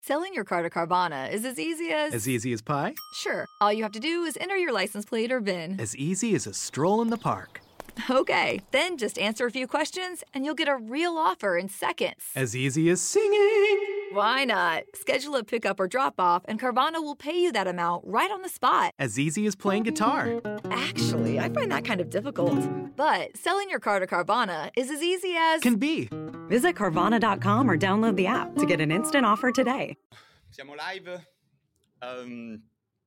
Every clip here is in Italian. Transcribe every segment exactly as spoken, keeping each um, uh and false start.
Selling your car to Carvana is as easy as... As easy as pie? Sure. All you have to do is enter your license plate or V I N. As easy as a stroll in the park. Okay, then just answer a few questions and you'll get a real offer in seconds. As easy as singing. Why not? Schedule a pickup or drop off and Carvana will pay you that amount right on the spot. As easy as playing guitar. Actually, I find that kind of difficult. But selling your car to Carvana is as easy as... Can be. Visit Carvana dot com or download the app to get an instant offer today. Siamo live. Um,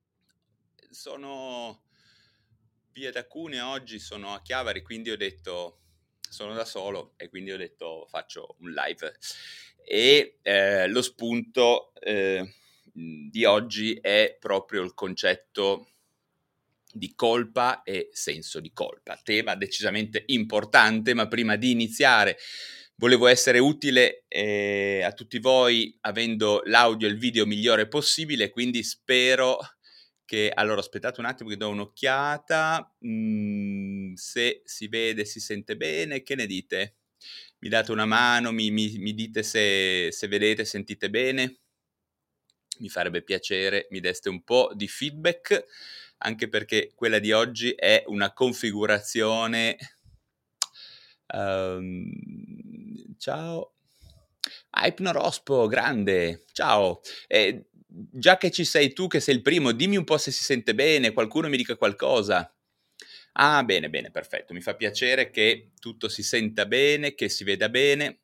sono via da Cuneo oggi, sono a Chiavari, quindi ho detto sono da solo e quindi ho detto faccio un live. E eh, lo spunto eh, di oggi è proprio il concetto di colpa e senso di colpa. Tema decisamente importante, ma prima di iniziare volevo essere utile eh, a tutti voi avendo l'audio e il video migliore possibile, quindi spero che... Allora, aspettate un attimo che do un'occhiata, mm, se si vede, si sente bene, che ne dite? Mi date una mano, mi, mi, mi dite se, se vedete, sentite bene? Mi farebbe piacere, mi deste un po' di feedback, anche perché quella di oggi è una configurazione... Um, ciao ah, Ipnorospo, grande, ciao. Eh, già che ci sei tu, che sei il primo, dimmi un po' se si sente bene, qualcuno mi dica qualcosa. Ah, bene, bene, perfetto, mi fa piacere che tutto si senta bene, che si veda bene.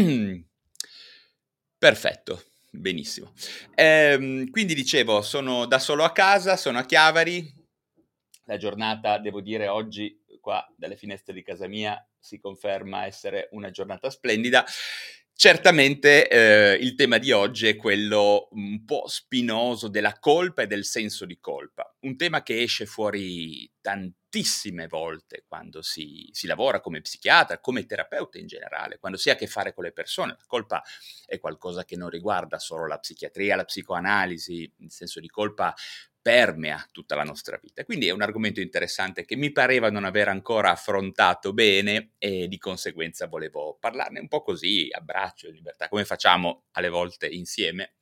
Perfetto, benissimo. Eh, quindi dicevo, sono da solo a casa, sono a Chiavari. La giornata, devo dire, oggi qua dalle finestre di casa mia si conferma essere una giornata splendida. Certamente eh, il tema di oggi è quello un po' spinoso della colpa e del senso di colpa. Un tema che esce fuori tantissime volte quando si, si lavora come psichiatra, come terapeuta in generale, quando si ha a che fare con le persone. La colpa è qualcosa che non riguarda solo la psichiatria, la psicoanalisi, il senso di colpa permea tutta la nostra vita. Quindi è un argomento interessante che mi pareva non aver ancora affrontato bene e di conseguenza volevo parlarne un po' così, a braccio, in libertà, come facciamo alle volte insieme.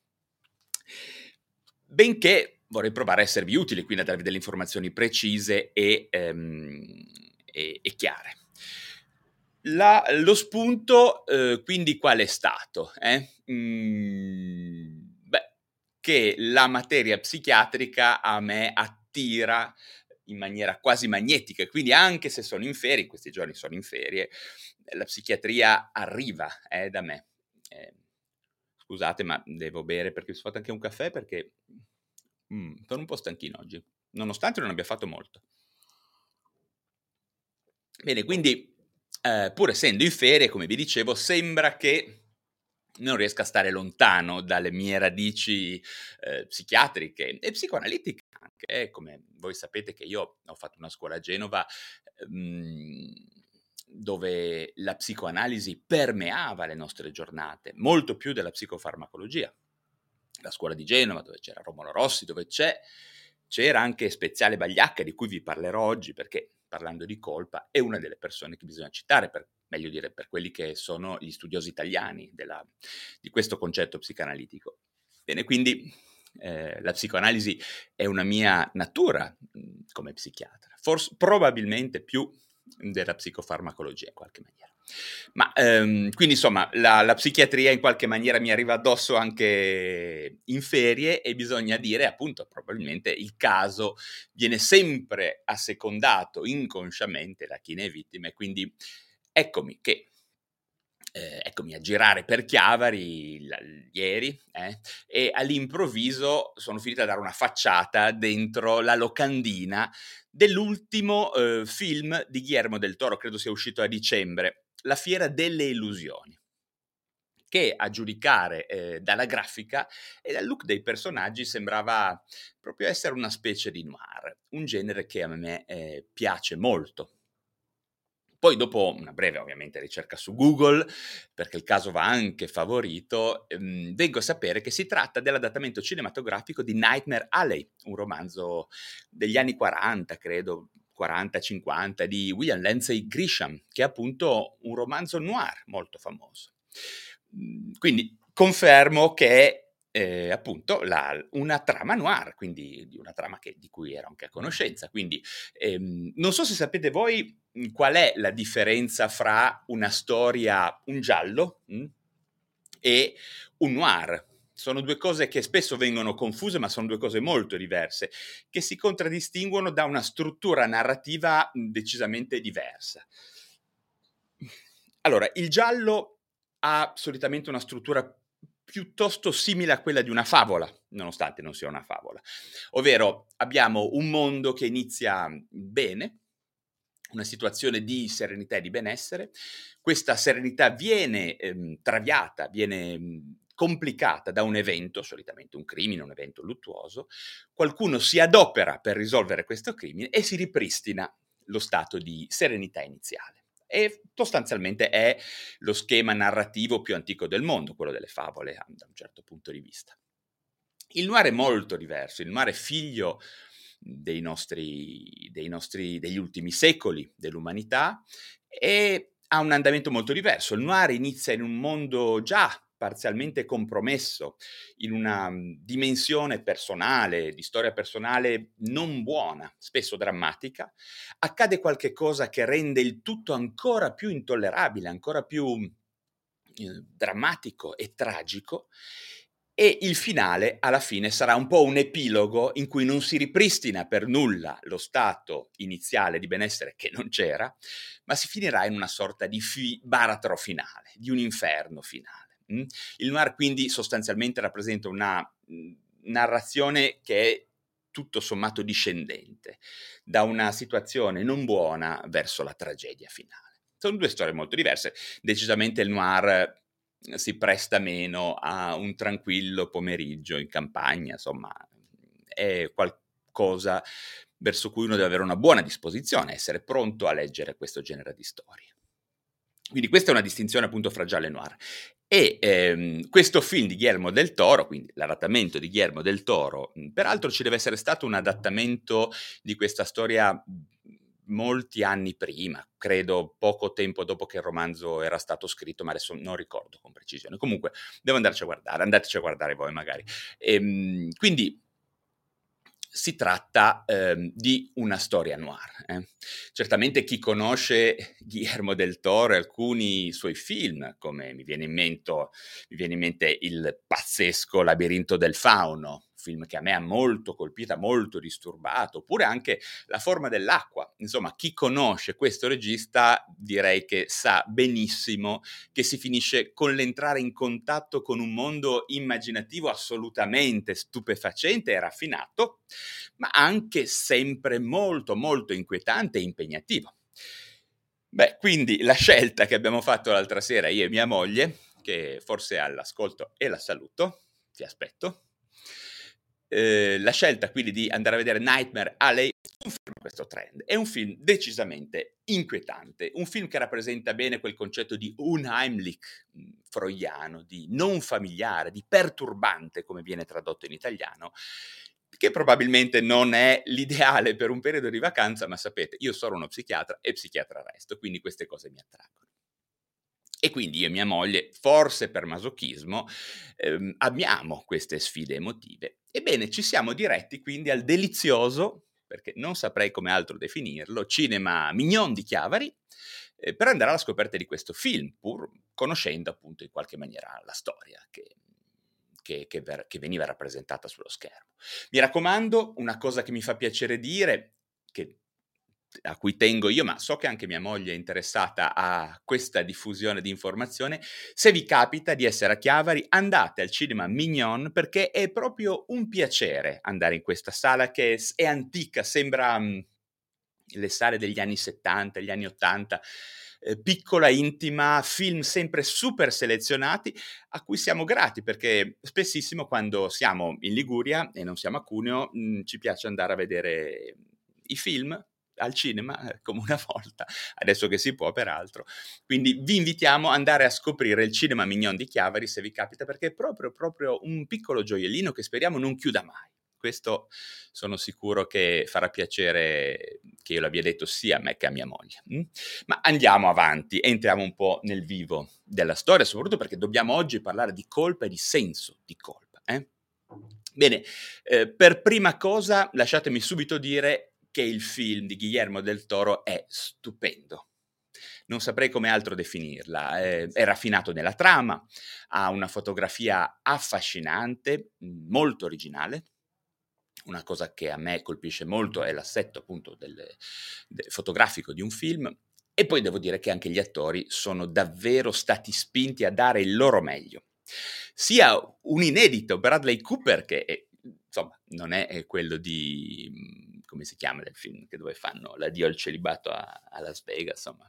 Benché vorrei provare a esservi utile, quindi a darvi delle informazioni precise e, ehm, e, e chiare. La, lo spunto, eh, quindi, qual è stato? Eh? Mm, che la materia psichiatrica a me attira in maniera quasi magnetica, quindi anche se sono in ferie, in questi giorni sono in ferie, la psichiatria arriva eh, da me. Eh, scusate, ma devo bere perché mi sono fatto anche un caffè perché mm, sono un po' stanchino oggi, nonostante non abbia fatto molto. Bene, quindi eh, pur essendo in ferie, come vi dicevo, sembra che non riesco a stare lontano dalle mie radici eh, psichiatriche e psicoanalitiche anche, eh, come voi sapete che io ho fatto una scuola a Genova ehm, dove la psicoanalisi permeava le nostre giornate, molto più della psicofarmacologia. La scuola di Genova, dove c'era Romolo Rossi, dove c'è, c'era anche Speziale Bagliacca, di cui vi parlerò oggi, perché parlando di colpa è una delle persone che bisogna citare, per, meglio dire per quelli che sono gli studiosi italiani della, di questo concetto psicanalitico. Bene, quindi eh, la psicoanalisi è una mia natura mh, come psichiatra, forse probabilmente più della psicofarmacologia in qualche maniera. Ma ehm, quindi insomma la, la psichiatria in qualche maniera mi arriva addosso anche in ferie e bisogna dire appunto probabilmente il caso viene sempre assecondato inconsciamente da chi ne è vittima e quindi eccomi che eh, eccomi a girare per Chiavari la, ieri eh, e all'improvviso sono finito a dare una facciata dentro la locandina dell'ultimo eh, film di Guillermo del Toro, credo sia uscito a dicembre, La Fiera delle Illusioni, che a giudicare eh, dalla grafica e dal look dei personaggi sembrava proprio essere una specie di noir, un genere che a me eh, piace molto. Poi dopo una breve ovviamente ricerca su Google, perché il caso va anche favorito, ehm, vengo a sapere che si tratta dell'adattamento cinematografico di Nightmare Alley, un romanzo degli anni quaranta, credo, quaranta cinquanta, di William Lindsay Grisham, che è appunto un romanzo noir molto famoso. Quindi confermo che eh, appunto la, una trama noir, quindi di una trama che, di cui ero anche a conoscenza. Quindi ehm, non so se sapete voi mh, qual è la differenza fra una storia, un giallo mh, e un noir. Sono due cose che spesso vengono confuse, ma sono due cose molto diverse, che si contraddistinguono da una struttura narrativa decisamente diversa. Allora, il giallo ha solitamente una struttura piuttosto simile a quella di una favola, nonostante non sia una favola. Ovvero, abbiamo un mondo che inizia bene, una situazione di serenità e di benessere. Questa serenità viene ehm, traviata, viene mh, complicata da un evento, solitamente un crimine, un evento luttuoso. Qualcuno si adopera per risolvere questo crimine e si ripristina lo stato di serenità iniziale. E sostanzialmente è lo schema narrativo più antico del mondo, quello delle favole, da un certo punto di vista. Il noir è molto diverso, il noir è figlio dei nostri, dei nostri, degli ultimi secoli dell'umanità e ha un andamento molto diverso. Il noir inizia in un mondo già parzialmente compromesso, in una dimensione personale, di storia personale non buona, spesso drammatica. Accade qualche cosa che rende il tutto ancora più intollerabile, ancora più eh, drammatico e tragico. E il finale, alla fine, sarà un po' un epilogo in cui non si ripristina per nulla lo stato iniziale di benessere che non c'era, ma si finirà in una sorta di fi- baratro finale, di un inferno finale. Mm? Il noir quindi sostanzialmente rappresenta una mh, narrazione che è tutto sommato discendente, da una situazione non buona verso la tragedia finale. Sono due storie molto diverse. Decisamente il noir si presta meno a un tranquillo pomeriggio in campagna, insomma, è qualcosa verso cui uno deve avere una buona disposizione, essere pronto a leggere questo genere di storie. Quindi questa è una distinzione appunto fra giallo e noir. E ehm, questo film di Guillermo del Toro, quindi l'adattamento di Guillermo del Toro, peraltro ci deve essere stato un adattamento di questa storia molti anni prima, credo poco tempo dopo che il romanzo era stato scritto, ma adesso non ricordo con precisione. Comunque devo andarci a guardare, andateci a guardare voi magari. Ehm, quindi si tratta ehm, di una storia noir. Eh. Certamente chi conosce Guillermo del Toro e alcuni suoi film, come mi viene in mente, mi viene in mente il pazzesco Labirinto del Fauno, film che a me ha molto colpito, molto disturbato, oppure anche La forma dell'acqua. Insomma, chi conosce questo regista direi che sa benissimo che si finisce con l'entrare in contatto con un mondo immaginativo assolutamente stupefacente e raffinato, ma anche sempre molto molto inquietante e impegnativo. Beh, quindi la scelta che abbiamo fatto l'altra sera io e mia moglie, che forse è all'ascolto e la saluto, ti aspetto, eh, la scelta quindi di andare a vedere Nightmare Alley conferma questo trend. È un film decisamente inquietante, un film che rappresenta bene quel concetto di unheimlich freudiano, di non familiare, di perturbante, come viene tradotto in italiano, che probabilmente non è l'ideale per un periodo di vacanza, ma sapete, io sono uno psichiatra e psichiatra resto, quindi queste cose mi attraggono. E quindi io e mia moglie, forse per masochismo, ehm, amiamo queste sfide emotive. Ebbene, ci siamo diretti quindi al delizioso, perché non saprei come altro definirlo, cinema Mignon di Chiavari, eh, per andare alla scoperta di questo film, pur conoscendo appunto in qualche maniera la storia che, che, che, ver- che veniva rappresentata sullo schermo. Mi raccomando, una cosa che mi fa piacere dire, che a cui tengo io, ma so che anche mia moglie è interessata a questa diffusione di informazione, se vi capita di essere a Chiavari, andate al cinema Mignon, perché è proprio un piacere andare in questa sala che è, è antica, sembra mh, le sale degli anni settanta, gli anni ottanta, eh, piccola, intima, film sempre super selezionati, a cui siamo grati, perché spessissimo quando siamo in Liguria e non siamo a Cuneo, mh, ci piace andare a vedere i film al cinema, come una volta, adesso che si può peraltro. Quindi vi invitiamo ad andare a scoprire il Cinema Mignon di Chiavari, se vi capita, perché è proprio, proprio un piccolo gioiellino che speriamo non chiuda mai. Questo sono sicuro che farà piacere che io l'abbia detto sia a me che a mia moglie. Mm? Ma andiamo avanti, entriamo un po' nel vivo della storia, soprattutto perché dobbiamo oggi parlare di colpa e di senso di colpa. eh? Bene, eh, per prima cosa lasciatemi subito dire che il film di Guillermo del Toro è stupendo. Non saprei come altro definirla. È, è raffinato nella trama, ha una fotografia affascinante, molto originale. Una cosa che a me colpisce molto è l'assetto appunto del, del fotografico di un film, e poi devo dire che anche gli attori sono davvero stati spinti a dare il loro meglio. Sia un inedito Bradley Cooper, che è, insomma non è, è quello di, come si chiama del film che dove fanno l'addio al celibato a, a Las Vegas, insomma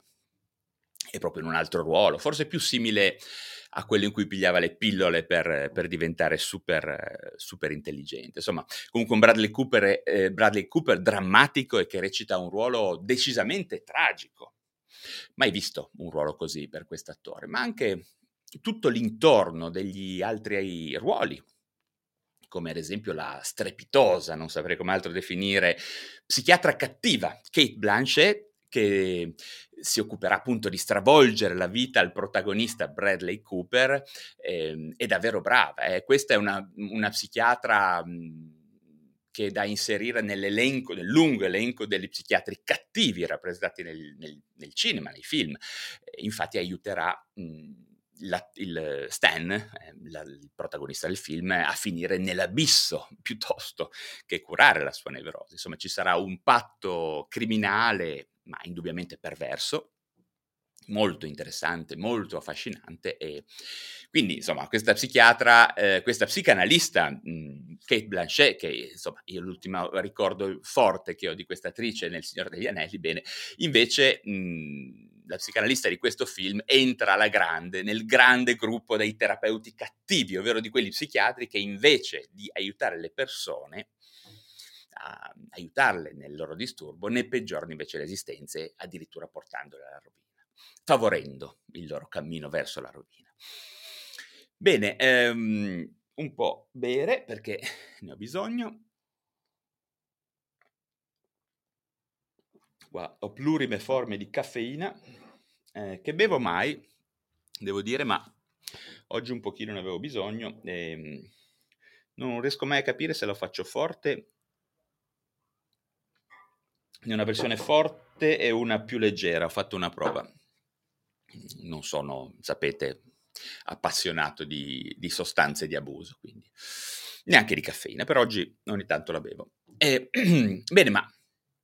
è proprio in un altro ruolo, forse più simile a quello in cui pigliava le pillole per, per diventare super, super intelligente. Insomma, comunque un Bradley Cooper, eh, Bradley Cooper drammatico e che recita un ruolo decisamente tragico. Mai visto un ruolo così per quest'attore, ma anche tutto l'intorno degli altri ruoli, come ad esempio la strepitosa, non saprei come altro definire, psichiatra cattiva Cate Blanchett, che si occuperà appunto di stravolgere la vita al protagonista Bradley Cooper, eh, è davvero brava. Eh. Questa è una, una psichiatra mh, che è da inserire nell'elenco, nel lungo elenco degli psichiatri cattivi rappresentati nel, nel, nel cinema, nei film. Eh, infatti aiuterà mh, la, il Stan, eh, la, il protagonista del film, a finire nell'abisso piuttosto che curare la sua nevrosi. Insomma, ci sarà un patto criminale, ma indubbiamente perverso, molto interessante, molto affascinante, e quindi insomma questa psichiatra, eh, questa psicanalista mh, Cate Blanchett, che insomma io l'ultimo ricordo forte che ho di questa attrice nel Signore degli Anelli, bene, invece mh, la psicanalista di questo film entra alla grande nel grande gruppo dei terapeuti cattivi, ovvero di quelli psichiatri che invece di aiutare le persone a aiutarle nel loro disturbo, ne peggiorano invece le esistenze, addirittura portandole alla rovina, favorendo il loro cammino verso la rovina. Bene, ehm, un po' bere perché ne ho bisogno. Qua ho plurime forme di caffeina, eh, che bevo mai, devo dire, ma oggi un pochino ne avevo bisogno. E non riesco mai a capire se lo faccio forte, in una versione forte e una più leggera. Ho fatto una prova. Non sono, sapete, appassionato di, di sostanze di abuso, quindi neanche di caffeina, per oggi ogni tanto la bevo. E, bene, ma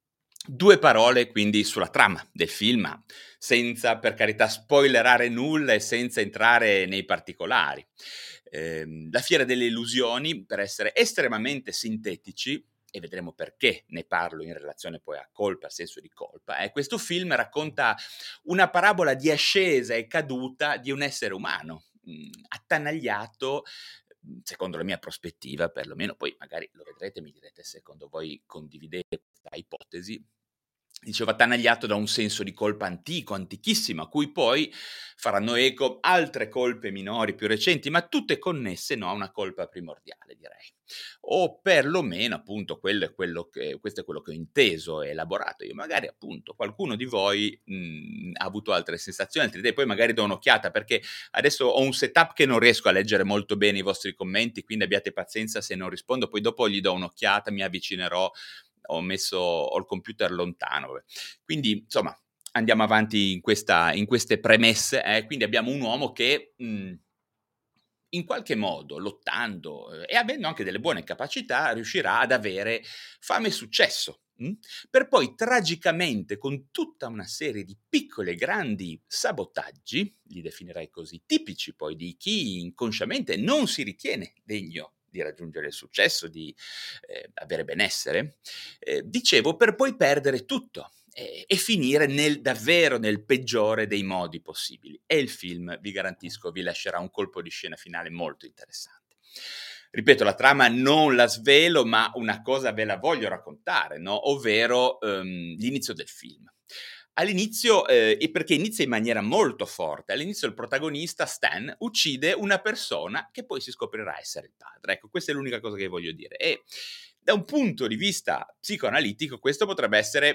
due parole quindi sulla trama del film, senza per carità spoilerare nulla e senza entrare nei particolari. Eh, la Fiera delle Illusioni, per essere estremamente sintetici, e vedremo perché ne parlo in relazione poi a colpa, senso di colpa, eh, questo film racconta una parabola di ascesa e caduta di un essere umano, mh, attanagliato, secondo la mia prospettiva perlomeno, poi magari lo vedrete e mi direte secondo voi condividete questa ipotesi, dicevo attanagliato da un senso di colpa antico, antichissimo, a cui poi faranno eco altre colpe minori, più recenti, ma tutte connesse, no, a una colpa primordiale, direi. O perlomeno, appunto, quello è quello che, questo è quello che ho inteso e elaborato io. Magari, appunto, qualcuno di voi mh, ha avuto altre sensazioni, altre idee, poi magari do un'occhiata, perché adesso ho un setup che non riesco a leggere molto bene i vostri commenti, quindi abbiate pazienza se non rispondo, poi dopo gli do un'occhiata, mi avvicinerò. Ho messo ho il computer lontano, quindi insomma andiamo avanti in, questa, in queste premesse, eh? Quindi abbiamo un uomo che mh, in qualche modo, lottando eh, e avendo anche delle buone capacità, riuscirà ad avere fame e successo, mh? Per poi tragicamente, con tutta una serie di piccoli e grandi sabotaggi, li definirei così, tipici poi di chi inconsciamente non si ritiene degno di raggiungere il successo, di eh, avere benessere, eh, dicevo, per poi perdere tutto eh, e finire nel, davvero nel peggiore dei modi possibili. E il film, vi garantisco, vi lascerà un colpo di scena finale molto interessante. Ripeto, la trama non la svelo, ma una cosa ve la voglio raccontare, no? Ovvero um, l'inizio del film. All'inizio, eh, e perché inizia in maniera molto forte, all'inizio il protagonista, Stan, uccide una persona che poi si scoprirà essere il padre. Ecco, questa è l'unica cosa che voglio dire. E da un punto di vista psicoanalitico questo potrebbe essere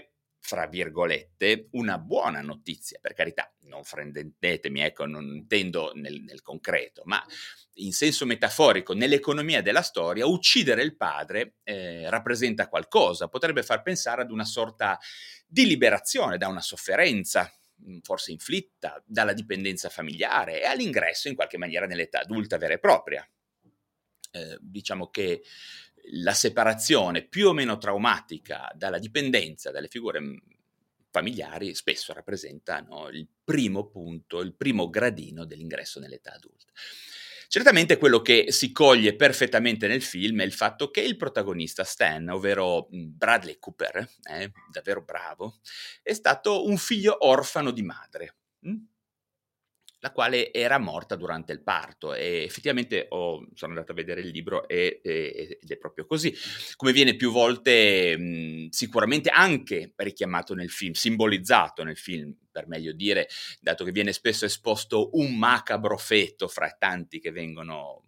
fra virgolette, una buona notizia, per carità, non fraintendetemi, ecco, non intendo nel, nel concreto, ma in senso metaforico, nell'economia della storia, uccidere il padre eh, rappresenta qualcosa, potrebbe far pensare ad una sorta di liberazione da una sofferenza, forse inflitta, dalla dipendenza familiare e all'ingresso in qualche maniera nell'età adulta vera e propria. Eh, diciamo che la separazione più o meno traumatica dalla dipendenza dalle figure familiari spesso rappresenta, no, il primo punto, il primo gradino dell'ingresso nell'età adulta. Certamente quello che si coglie perfettamente nel film è il fatto che il protagonista Stan, ovvero Bradley Cooper, eh, davvero bravo, è stato un figlio orfano di madre, hm? la quale era morta durante il parto, e effettivamente ho, sono andato a vedere il libro e, e, ed è proprio così, come viene più volte mh, sicuramente anche richiamato nel film, simbolizzato nel film, per meglio dire, dato che viene spesso esposto un macabro feto fra tanti che vengono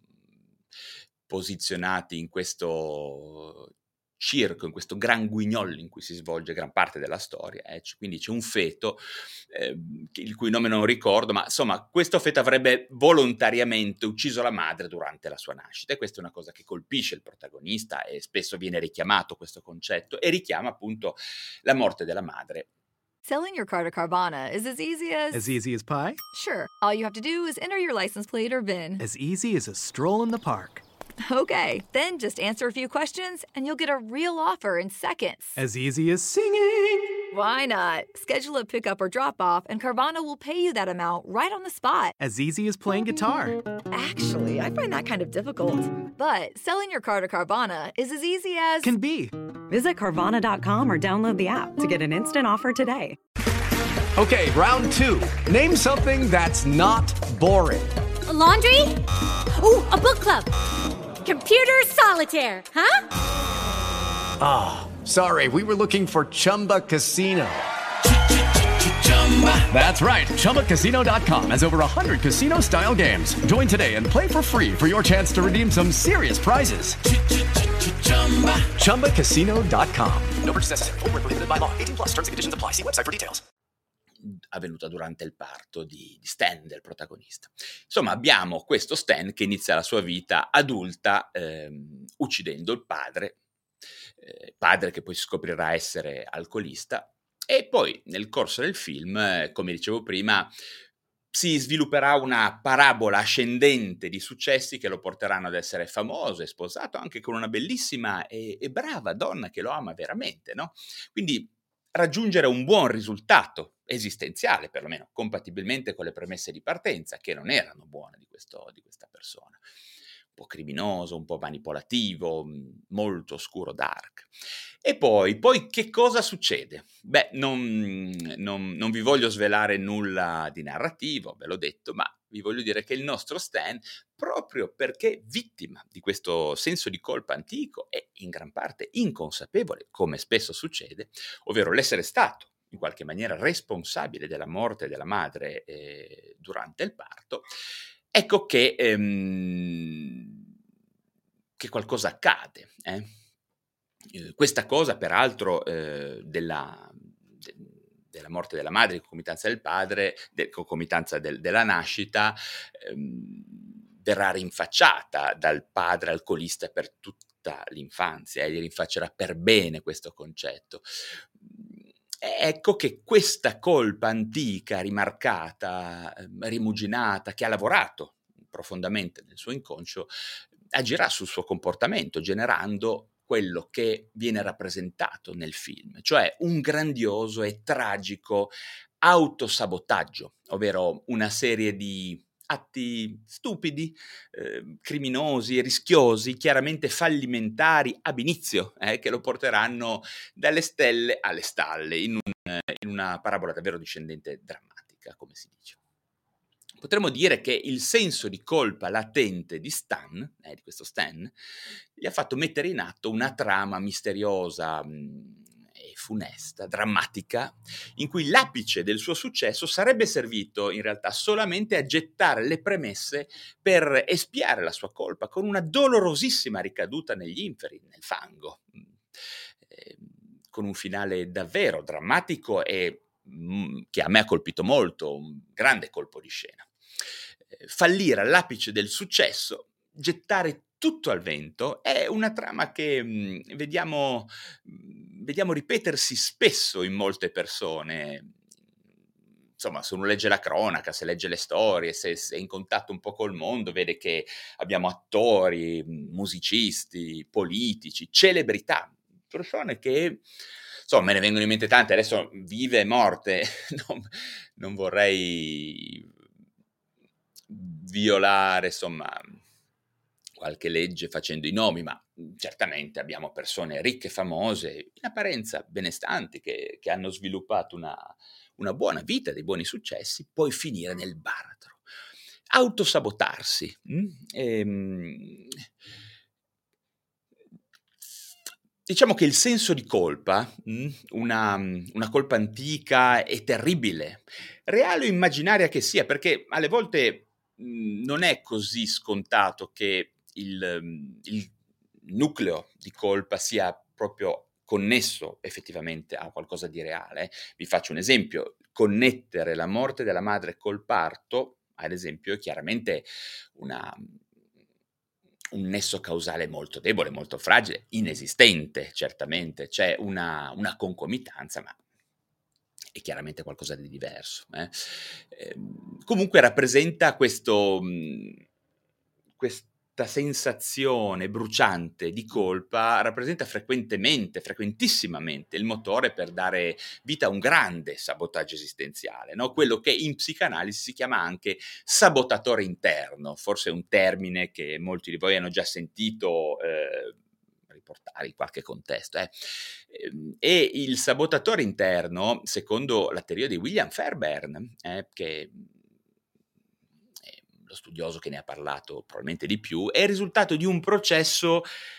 posizionati in questo circo, in questo gran guignol in cui si svolge gran parte della storia, eh. Quindi c'è un feto, eh, il cui nome non ricordo, ma insomma questo feto avrebbe volontariamente ucciso la madre durante la sua nascita, e questa è una cosa che colpisce il protagonista, e spesso viene richiamato questo concetto, e richiama appunto la morte della madre. Selling your car to Carvana is as easy as... As easy as pie? Sure. All you have to do is enter your license plate or V I N. As easy as a stroll in the park. Okay, then just answer a few questions and you'll get a real offer in seconds. As easy as singing. Why not? Schedule a pickup or drop off and Carvana will pay you that amount right on the spot. As easy as playing guitar. Actually, I find that kind of difficult. But selling your car to Carvana is as easy as... Can be. Visit Carvana dot com or download the app to get an instant offer today. Okay, round two. Name something that's not boring. A laundry? Ooh, a book club. Computer solitaire, huh? Ah, oh, sorry, we were looking for Chumba Casino. That's right, Chumba Casino dot com has over one hundred casino-style games. Join today and play for free for your chance to redeem some serious prizes. Chumba Casino dot com. No purchase necessary. Void where prohibited by law. eighteen plus terms and conditions apply. See website for details. Avvenuta durante il parto di, di Stan, del protagonista. Insomma, abbiamo questo Stan che inizia la sua vita adulta ehm, uccidendo il padre, eh, padre che poi si scoprirà essere alcolista, e poi nel corso del film, eh, come dicevo prima, si svilupperà una parabola ascendente di successi che lo porteranno ad essere famoso e sposato anche con una bellissima e, e brava donna che lo ama veramente, no? Quindi raggiungere un buon risultato esistenziale, perlomeno compatibilmente con le premesse di partenza, che non erano buone di, questo, di questa persona. Un po' criminoso, un po' manipolativo, molto oscuro, dark. E poi, poi che cosa succede? Beh, non, non, non vi voglio svelare nulla di narrativo, ve l'ho detto, ma vi voglio dire che il nostro Stan, proprio perché vittima di questo senso di colpa antico e in gran parte inconsapevole, come spesso succede, ovvero l'essere stato in qualche maniera responsabile della morte della madre eh, durante il parto, ecco che, ehm, che qualcosa accade. Eh? Eh, questa cosa, peraltro, eh, della... De, della morte della madre, concomitanza del padre, de, concomitanza del, della nascita, ehm, verrà rinfacciata dal padre alcolista per tutta l'infanzia, e gli rinfaccerà per bene questo concetto. Ecco che questa colpa antica, rimarcata, rimuginata, che ha lavorato profondamente nel suo inconscio, agirà sul suo comportamento, generando quello che viene rappresentato nel film, cioè un grandioso e tragico autosabotaggio, ovvero una serie di atti stupidi, eh, criminosi e rischiosi, chiaramente fallimentari ab inizio, eh, che lo porteranno dalle stelle alle stalle, in, un, in una parabola davvero discendente drammatica, come si dice. Potremmo dire che il senso di colpa latente di Stan, eh, di questo Stan, gli ha fatto mettere in atto una trama misteriosa mh, e funesta, drammatica, in cui l'apice del suo successo sarebbe servito in realtà solamente a gettare le premesse per espiare la sua colpa con una dolorosissima ricaduta negli inferi, nel fango. Eh, con un finale davvero drammatico e mh, che a me ha colpito molto, un grande colpo di scena. Eh, fallire all'apice del successo, gettare tutto al vento, è una trama che mh, vediamo, mh, vediamo ripetersi spesso in molte persone. Insomma, se uno legge la cronaca, se legge le storie, se, se è in contatto un po' col mondo, vede che abbiamo attori, musicisti, politici, celebrità, persone che, insomma, me ne vengono in mente tante, adesso vive e morte, non, non vorrei violare, insomma, qualche legge facendo i nomi, ma certamente abbiamo persone ricche, famose, in apparenza benestanti, che, che hanno sviluppato una, una buona vita, dei buoni successi, poi finire nel baratro, autosabotarsi. Mh? Ehm... Diciamo che il senso di colpa, mh? Una, una colpa antica e terribile, reale o immaginaria che sia, perché alle volte mh, non è così scontato che il, il nucleo di colpa sia proprio connesso effettivamente a qualcosa di reale. Vi faccio un esempio: connettere la morte della madre col parto, ad esempio, è chiaramente una, un nesso causale molto debole, molto fragile, inesistente, certamente. C'è una, una concomitanza, ma è chiaramente qualcosa di diverso. Eh? Eh, comunque rappresenta questo... Mh, questo questa sensazione bruciante di colpa rappresenta frequentemente, frequentissimamente il motore per dare vita a un grande sabotaggio esistenziale, no? Quello che in psicanalisi si chiama anche sabotatore interno, forse è un termine che molti di voi hanno già sentito eh, riportare in qualche contesto. Eh. E il sabotatore interno, secondo la teoria di William Fairbairn, eh, che lo studioso che ne ha parlato probabilmente di più, è il risultato di un processo,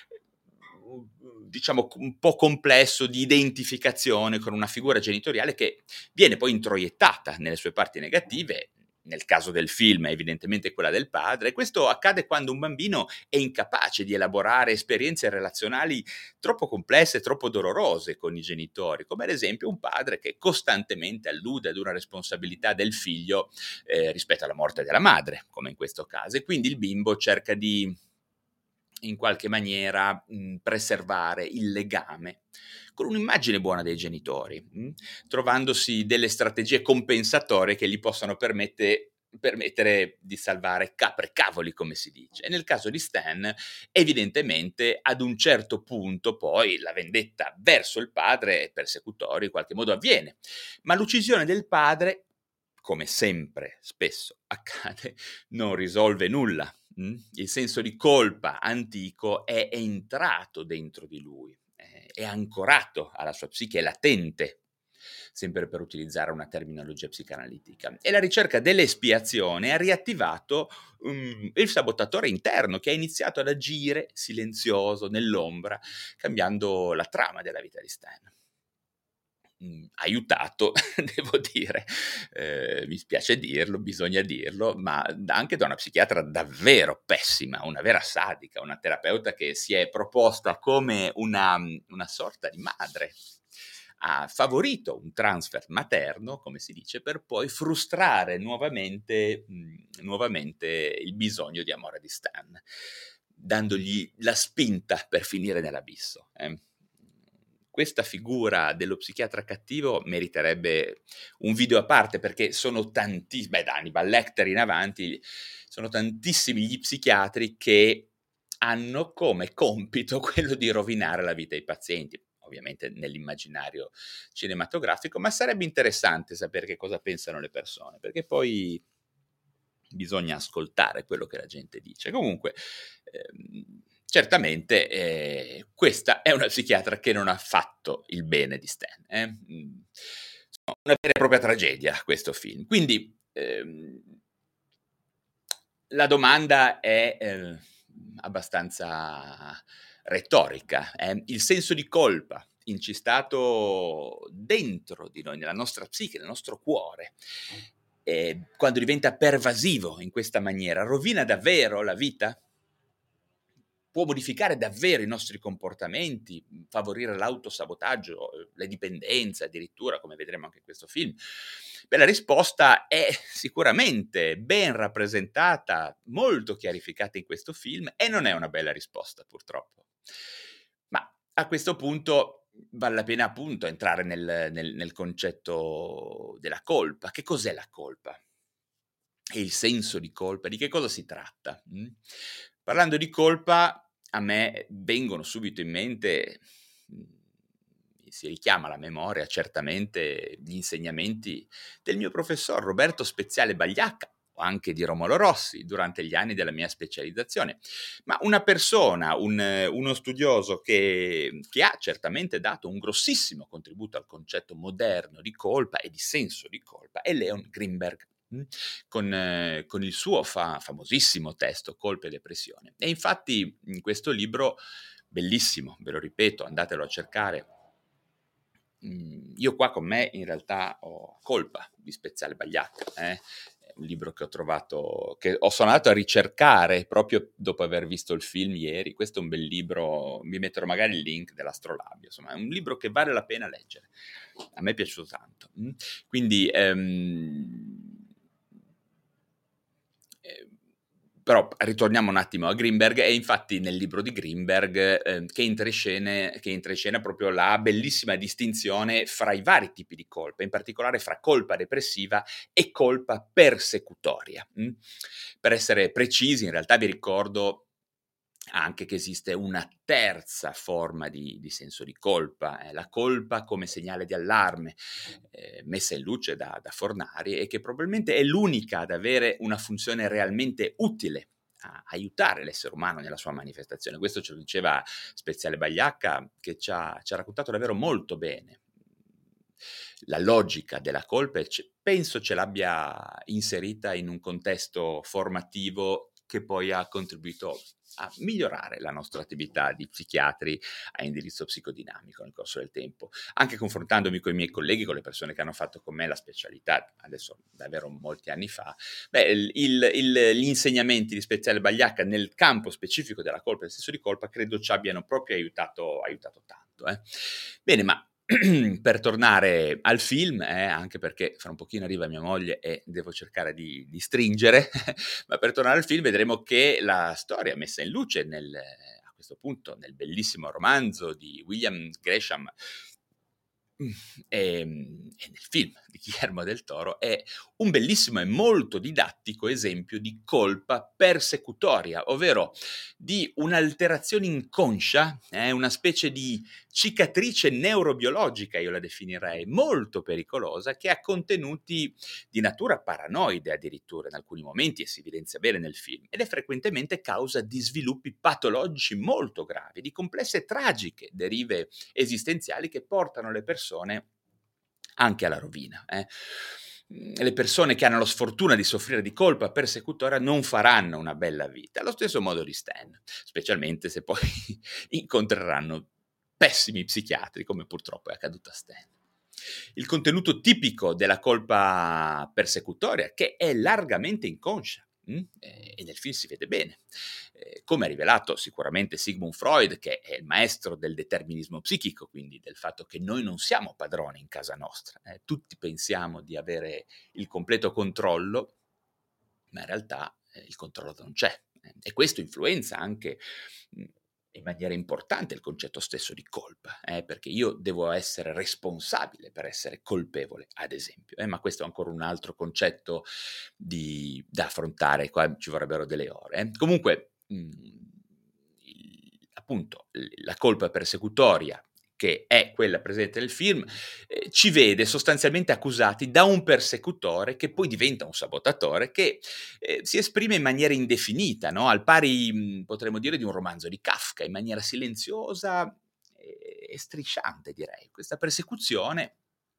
diciamo, un po' complesso di identificazione con una figura genitoriale che viene poi introiettata nelle sue parti negative. Nel caso del film è evidentemente quella del padre. Questo accade quando un bambino è incapace di elaborare esperienze relazionali troppo complesse, troppo dolorose con i genitori, come ad esempio un padre che costantemente allude ad una responsabilità del figlio eh, rispetto alla morte della madre, come in questo caso, e quindi il bimbo cerca di in qualche maniera mh, preservare il legame con un'immagine buona dei genitori, mh, trovandosi delle strategie compensatorie che gli possano permette, permettere di salvare capre e cavoli, come si dice. E nel caso di Stan, evidentemente, ad un certo punto poi la vendetta verso il padre persecutorio in qualche modo avviene, ma l'uccisione del padre, come sempre spesso accade, non risolve nulla. Il senso di colpa antico è entrato dentro di lui, è ancorato alla sua psiche, è latente, sempre per utilizzare una terminologia psicanalitica. E la ricerca dell'espiazione ha riattivato um, il sabotatore interno che ha iniziato ad agire silenzioso nell'ombra, cambiando la trama della vita di Stan. Aiutato, devo dire, eh, mi spiace dirlo, bisogna dirlo, ma anche da una psichiatra davvero pessima, una vera sadica, una terapeuta che si è proposta come una, una sorta di madre. Ha favorito un transfer materno, come si dice, per poi frustrare nuovamente, mh, nuovamente il bisogno di amore di Stan, dandogli la spinta per finire nell'abisso. Eh. Questa figura dello psichiatra cattivo meriterebbe un video a parte, perché sono tanti, beh, da Hannibal Lecter in avanti, sono tantissimi gli psichiatri che hanno come compito quello di rovinare la vita ai pazienti, ovviamente nell'immaginario cinematografico, ma sarebbe interessante sapere che cosa pensano le persone, perché poi bisogna ascoltare quello che la gente dice. Comunque, ehm, certamente eh, questa è una psichiatra che non ha fatto il bene di Stan. Eh? Una vera e propria tragedia questo film. Quindi ehm, la domanda è eh, abbastanza retorica. Eh? Il senso di colpa incistato dentro di noi, nella nostra psiche, nel nostro cuore, eh, quando diventa pervasivo in questa maniera, rovina davvero la vita? può modificare davvero i nostri comportamenti, favorire l'autosabotaggio, le dipendenze addirittura, come vedremo anche in questo film? Beh, la risposta è sicuramente ben rappresentata, molto chiarificata in questo film, e non è una bella risposta, purtroppo. Ma a questo punto vale la pena appunto entrare nel, nel, nel concetto della colpa. Che cos'è la colpa? E il senso di colpa, di che cosa si tratta? Mm? Parlando di colpa, a me vengono subito in mente, si richiama alla memoria certamente gli insegnamenti del mio professor Roberto Speziale Bagliacca, o anche di Romolo Rossi, durante gli anni della mia specializzazione. Ma una persona, un, uno studioso che, che ha certamente dato un grossissimo contributo al concetto moderno di colpa e di senso di colpa è Leon Greenberg, Con, eh, con il suo fa- famosissimo testo Colpa e depressione. E infatti in questo libro, bellissimo, ve lo ripeto, andatelo a cercare, mm, io qua con me in realtà ho Colpa di Speziale Bagliacca, eh? È un libro che ho trovato, che ho sono andato a ricercare proprio dopo aver visto il film ieri. Questo è un bel libro, vi metterò magari il link dell'Astrolabio, insomma è un libro che vale la pena leggere, a me è piaciuto tanto. Mm? Quindi ehm, Però ritorniamo un attimo a Greenberg, e infatti nel libro di Greenberg eh, che, entra in scena, che entra in scena proprio la bellissima distinzione fra i vari tipi di colpa, in particolare fra colpa depressiva e colpa persecutoria. Mm? Per essere precisi, in realtà vi ricordo anche che esiste una terza forma di, di senso di colpa, eh, la colpa come segnale di allarme, eh, messa in luce da, da Fornari, e che probabilmente è l'unica ad avere una funzione realmente utile a aiutare l'essere umano nella sua manifestazione. Questo ce lo diceva Speziale Bagliacca, che ci ha, ci ha raccontato davvero molto bene la logica della colpa, e ce, penso ce l'abbia inserita in un contesto formativo che poi ha contribuito a migliorare la nostra attività di psichiatri a indirizzo psicodinamico nel corso del tempo, anche confrontandomi con i miei colleghi, con le persone che hanno fatto con me la specialità, adesso davvero molti anni fa. Beh, il, il, gli insegnamenti di Speziale Bagliacca nel campo specifico della colpa e del senso di colpa credo ci abbiano proprio aiutato, aiutato tanto. Eh. Bene, ma per tornare al film, eh, anche perché fra un pochino arriva mia moglie e devo cercare di, di stringere, ma per tornare al film vedremo che la storia messa in luce nel, a questo punto nel bellissimo romanzo di William Gresham e, e nel film di Guillermo del Toro è un bellissimo e molto didattico esempio di colpa persecutoria, ovvero di un'alterazione inconscia, eh, una specie di cicatrice neurobiologica, io la definirei, molto pericolosa, che ha contenuti di natura paranoide addirittura in alcuni momenti, e si evidenzia bene nel film, ed è frequentemente causa di sviluppi patologici molto gravi, di complesse e tragiche derive esistenziali che portano le persone anche alla rovina. Eh. Le persone che hanno la sfortuna di soffrire di colpa persecutoria non faranno una bella vita, allo stesso modo di Stan, specialmente se poi incontreranno pessimi psichiatri, come purtroppo è accaduto a Stan. Il contenuto tipico della colpa persecutoria, che è largamente inconscia, Mm? E nel film si vede bene, eh, come ha rivelato sicuramente Sigmund Freud, che è il maestro del determinismo psichico, quindi del fatto che noi non siamo padroni in casa nostra, eh, tutti pensiamo di avere il completo controllo, ma in realtà eh, il controllo non c'è, eh, e questo influenza anche mh, in maniera importante il concetto stesso di colpa, eh, perché io devo essere responsabile per essere colpevole, ad esempio, eh, ma questo è ancora un altro concetto di, da affrontare, qua ci vorrebbero delle ore. Eh. Comunque, mh, il, appunto, la colpa persecutoria, che è quella presente nel film, eh, ci vede sostanzialmente accusati da un persecutore che poi diventa un sabotatore, che eh, si esprime in maniera indefinita, no? Al pari, mh, potremmo dire, di un romanzo di Kafka, in maniera silenziosa e, e strisciante, direi. Questa persecuzione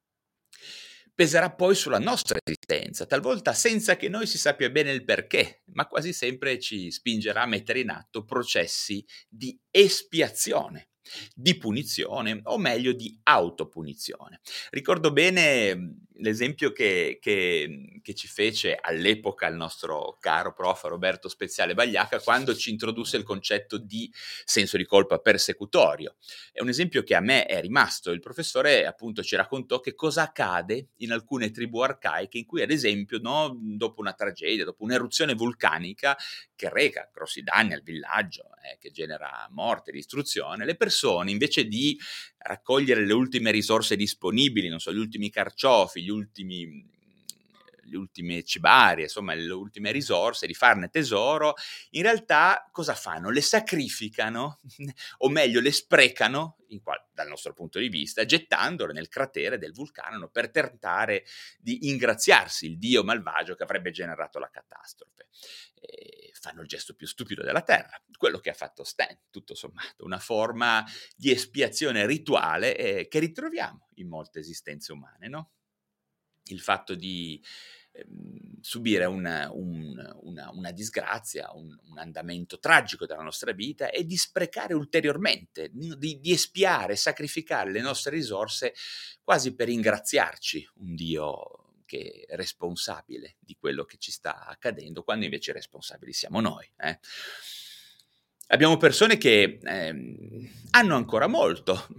peserà poi sulla nostra esistenza, talvolta senza che noi si sappia bene il perché, ma quasi sempre ci spingerà a mettere in atto processi di espiazione, di punizione, o meglio di autopunizione. Ricordo bene l'esempio che, che, che ci fece all'epoca il nostro caro prof Roberto Speziale Bagliacca quando ci introdusse il concetto di senso di colpa persecutorio. È un esempio che a me è rimasto. Il professore appunto ci raccontò che cosa accade in alcune tribù arcaiche in cui ad esempio, no, dopo una tragedia, dopo un'eruzione vulcanica che reca grossi danni al villaggio, eh, che genera morte, distruzione, le persone invece di raccogliere le ultime risorse disponibili, non so, gli ultimi carciofi, gli ultimi, le ultime cibarie, insomma, le ultime risorse, di farne tesoro, in realtà cosa fanno? Le sacrificano, o meglio, le sprecano, in qual- dal nostro punto di vista, gettandole nel cratere del vulcano per tentare di ingraziarsi il dio malvagio che avrebbe generato la catastrofe. E fanno il gesto più stupido della terra, quello che ha fatto Stan, tutto sommato, una forma di espiazione rituale eh, che ritroviamo in molte esistenze umane, no? Il fatto di ehm, subire una, un, una, una disgrazia, un, un andamento tragico della nostra vita e di sprecare ulteriormente, di, di espiare, sacrificare le nostre risorse quasi per ingraziarci un Dio che è responsabile di quello che ci sta accadendo, quando invece i responsabili siamo noi. Eh. Abbiamo persone che eh, hanno ancora molto,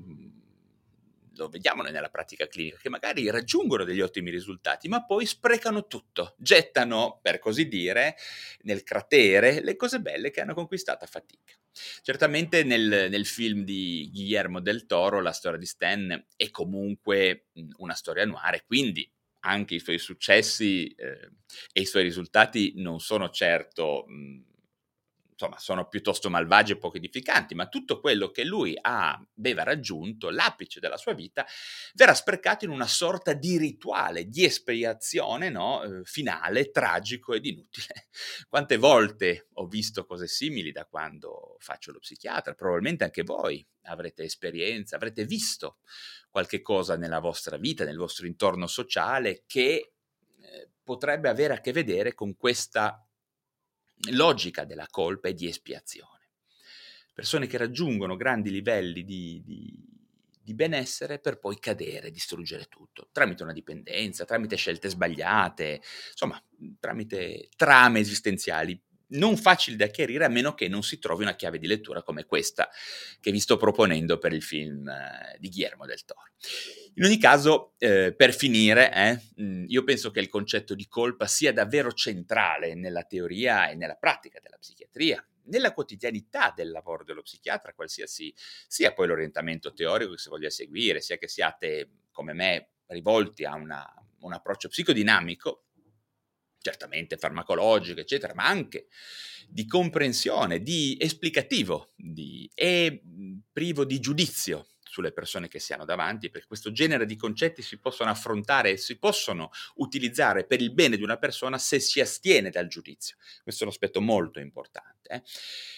lo vediamo noi nella pratica clinica, che magari raggiungono degli ottimi risultati, ma poi sprecano tutto, gettano, per così dire, nel cratere le cose belle che hanno conquistato a fatica. Certamente nel, nel film di Guillermo del Toro la storia di Stan è comunque una storia noire, quindi anche i suoi successi eh, e i suoi risultati non sono certo, mh, insomma, sono piuttosto malvagi e poco edificanti, ma tutto quello che lui ha, aveva raggiunto, l'apice della sua vita, verrà sprecato in una sorta di rituale, di espiazione, no? eh, finale, tragico ed inutile. Quante volte ho visto cose simili da quando faccio lo psichiatra, probabilmente anche voi avrete esperienza, avrete visto qualche cosa nella vostra vita, nel vostro intorno sociale che eh, potrebbe avere a che vedere con questa logica della colpa e di espiazione. Persone che raggiungono grandi livelli di, di, di benessere per poi cadere, distruggere tutto, tramite una dipendenza, tramite scelte sbagliate, insomma, tramite trame esistenziali non facili da chiarire a meno che non si trovi una chiave di lettura come questa che vi sto proponendo per il film eh, di Guillermo del Toro. In ogni caso, eh, per finire, eh, io penso che il concetto di colpa sia davvero centrale nella teoria e nella pratica della psichiatria, nella quotidianità del lavoro dello psichiatra, qualsiasi sia poi l'orientamento teorico che si voglia seguire, sia che siate, come me, rivolti a una, un approccio psicodinamico, certamente farmacologico, eccetera, ma anche di comprensione, di esplicativo di, e privo di giudizio sulle persone che si hanno davanti, perché questo genere di concetti si possono affrontare e si possono utilizzare per il bene di una persona se si astiene dal giudizio. Questo è un aspetto molto importante. Eh?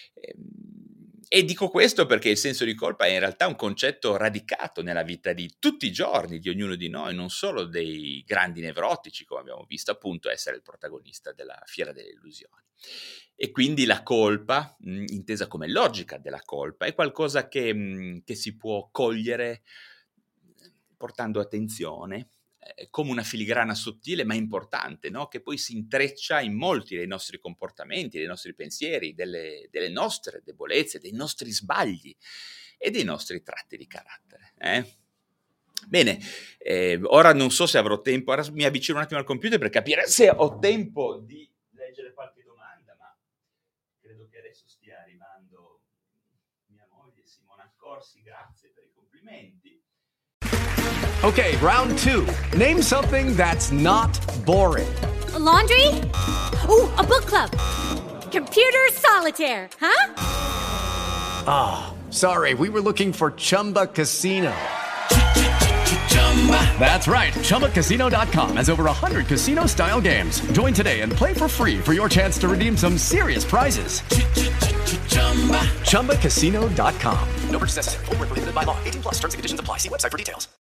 E dico questo perché il senso di colpa è in realtà un concetto radicato nella vita di tutti i giorni, di ognuno di noi, non solo dei grandi nevrotici, come abbiamo visto appunto essere il protagonista della Fiera delle Illusioni. E quindi la colpa, mh, intesa come logica della colpa, è qualcosa che, mh, che si può cogliere portando attenzione, eh, come una filigrana sottile ma importante, no? Che poi si intreccia in molti dei nostri comportamenti, dei nostri pensieri, delle, delle nostre debolezze, dei nostri sbagli e dei nostri tratti di carattere. Eh? Bene, eh, ora non so se avrò tempo, ora mi avvicino un attimo al computer per capire se ho tempo di leggere qualche domanda, ma credo che adesso stia arrivando mia moglie Simona Corsi, grazie per i complimenti. Okay, round two. Name something that's not boring. A laundry? Ooh, a book club. Computer solitaire, huh? Ah, oh, sorry, we were looking for Chumba Casino. That's right. Chumba Casino dot com has over one hundred casino-style games. Join today and play for free for your chance to redeem some serious prizes. Chumba Casino dot com. No purchase necessary. Void where prohibited by law. eighteen plus terms and conditions apply. See website for details.